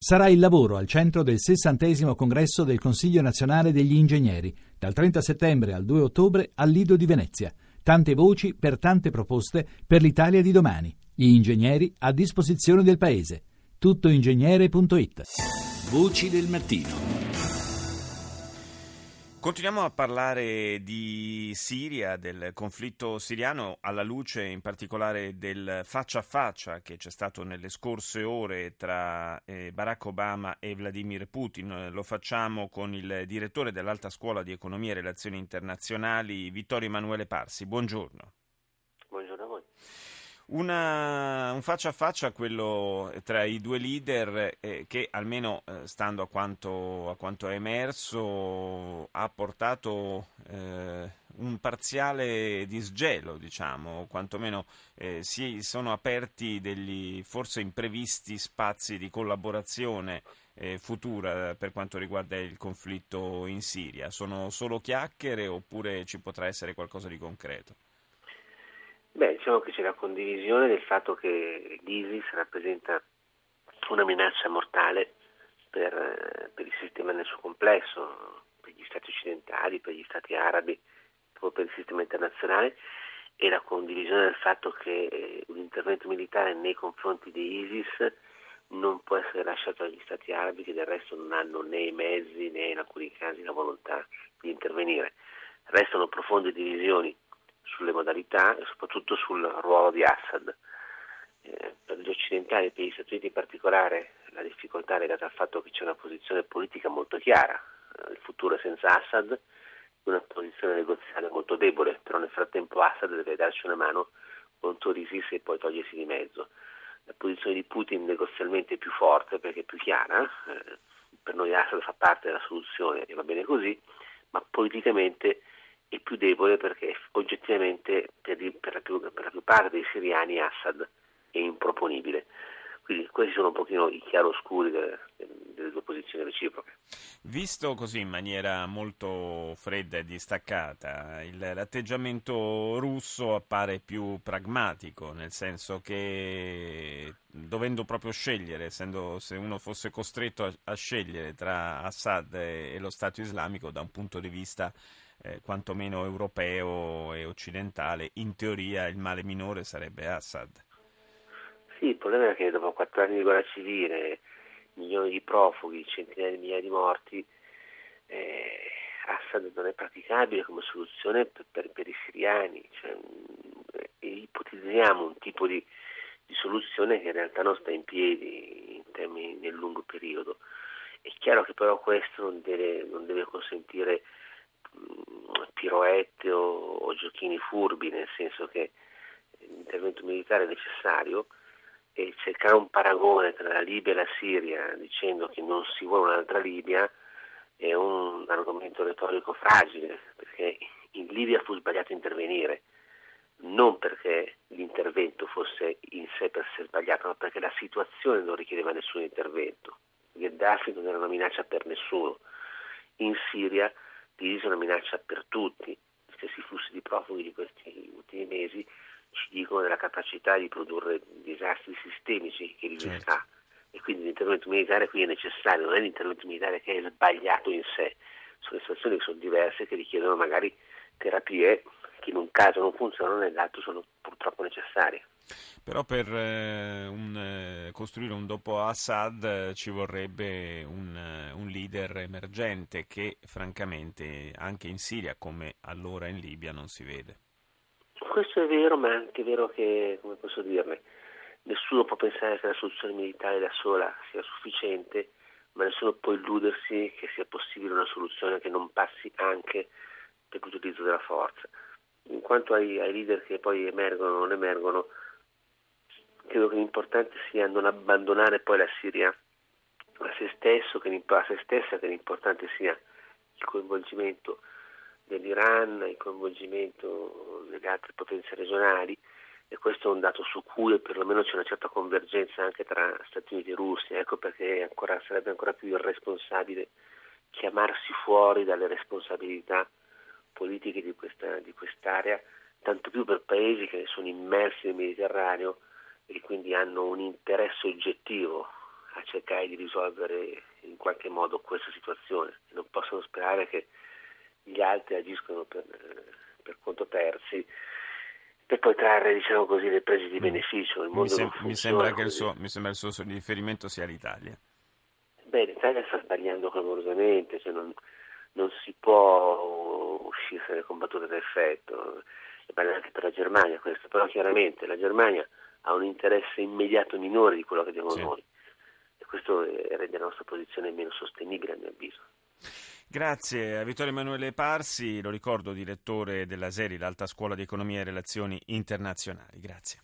Sarà il lavoro al centro del 60° congresso del Consiglio Nazionale degli Ingegneri, dal 30 settembre al 2 ottobre al Lido di Venezia. Tante voci per tante proposte per l'Italia di domani. Gli ingegneri a disposizione del Paese. Tuttoingegnere.it. Voci del mattino. Continuiamo a parlare di Siria, del conflitto siriano, alla luce in particolare del faccia a faccia che c'è stato nelle scorse ore tra Barack Obama e Vladimir Putin. Lo facciamo con il direttore dell'Alta Scuola di Economia e Relazioni Internazionali, Vittorio Emanuele Parsi. Buongiorno. Buongiorno a voi. Un faccia a faccia, quello tra i due leader, che almeno stando a quanto è emerso ha portato un parziale disgelo, diciamo, quantomeno si sono aperti degli forse imprevisti spazi di collaborazione futura per quanto riguarda il conflitto in Siria. Sono solo chiacchiere oppure ci potrà essere qualcosa di concreto? Diciamo che c'è la condivisione del fatto che l'ISIS rappresenta una minaccia mortale per il sistema nel suo complesso, per gli stati occidentali, per gli stati arabi, proprio per il sistema internazionale, e la condivisione del fatto che un intervento militare nei confronti di ISIS non può essere lasciato agli stati arabi, che del resto non hanno né i mezzi né in alcuni casi la volontà di intervenire. Restano profonde divisioni sulle modalità e soprattutto sul ruolo di Assad. Per gli occidentali e per gli Stati Uniti in particolare la difficoltà è legata al fatto che c'è una posizione politica molto chiara, il futuro è senza Assad, una posizione negoziale molto debole, però nel frattempo Assad deve darci una mano contro l'ISIS e poi togliersi di mezzo. La posizione di Putin negozialmente è più forte perché è più chiara, per noi Assad fa parte della soluzione e va bene così, ma politicamente è più debole perché oggettivamente per la più parte dei siriani Assad è improponibile. Quindi questi sono un pochino i chiaroscuri delle due posizioni reciproche. Visto così in maniera molto fredda e distaccata, l'atteggiamento russo appare più pragmatico, nel senso che dovendo proprio scegliere, se uno fosse costretto a scegliere tra Assad e lo Stato islamico da un punto di vista quantomeno europeo e occidentale, in teoria il male minore sarebbe Assad. Sì, il problema è che dopo 4 anni di guerra civile, milioni di profughi, centinaia di migliaia di morti, Assad non è praticabile come soluzione per i siriani. Ipotizziamo un tipo di soluzione che in realtà non sta in piedi in termini nel lungo periodo. È chiaro che però questo non deve consentire piroette o giochini furbi, nel senso che l'intervento militare è necessario, e cercare un paragone tra la Libia e la Siria dicendo che non si vuole un'altra Libia è un argomento retorico fragile, perché in Libia fu sbagliato intervenire, non perché l'intervento fosse in sé per sé sbagliato, ma perché la situazione non richiedeva nessun intervento. Gheddafi non era una minaccia per nessuno. In Siria l'ISIS è una minaccia per tutti. Gli stessi flussi di profughi di questi ultimi mesi ci dicono della capacità di produrre disastri sistemici che l'ISIS ha, e quindi l'intervento militare qui è necessario, non è l'intervento militare che è sbagliato in sé, sono situazioni che sono diverse, che richiedono magari terapie che in un caso non funzionano, nell'altro sono purtroppo necessarie. Però per costruire un dopo Assad ci vorrebbe un leader emergente che francamente anche in Siria come allora in Libia non si vede. Questo è vero, ma è anche vero che, come posso dirle, nessuno può pensare che la soluzione militare da sola sia sufficiente, ma nessuno può illudersi che sia possibile una soluzione che non passi anche per l'utilizzo della forza. In quanto ai leader che poi emergono o non emergono, credo che l'importante sia non abbandonare poi la Siria a se stessa, che l'importante sia il coinvolgimento dell'Iran, il coinvolgimento delle altre potenze regionali, e questo è un dato su cui perlomeno c'è una certa convergenza anche tra Stati Uniti e Russia. Ecco perché sarebbe ancora più irresponsabile chiamarsi fuori dalle responsabilità politiche di quest'area, tanto più per paesi che sono immersi nel Mediterraneo e quindi hanno un interesse oggettivo a cercare di risolvere in qualche modo questa situazione e non possono sperare che gli altri agiscono per conto terzi per poi trarre, diciamo così, le prese di beneficio. Il mondo non Mi funziona sembra che così. mi sembra il suo riferimento sia l'Italia. Beh, l'Italia sta sbagliando clamorosamente, cioè non si può uscirsene con battute d'effetto, e vale anche per la Germania questo, però chiaramente la Germania ha un interesse immediato minore di quello che abbiamo Sì. noi e questo rende la nostra posizione meno sostenibile a mio avviso. Grazie a Vittorio Emanuele Parsi, lo ricordo direttore della SERI, l'Alta Scuola di Economia e Relazioni Internazionali. Grazie.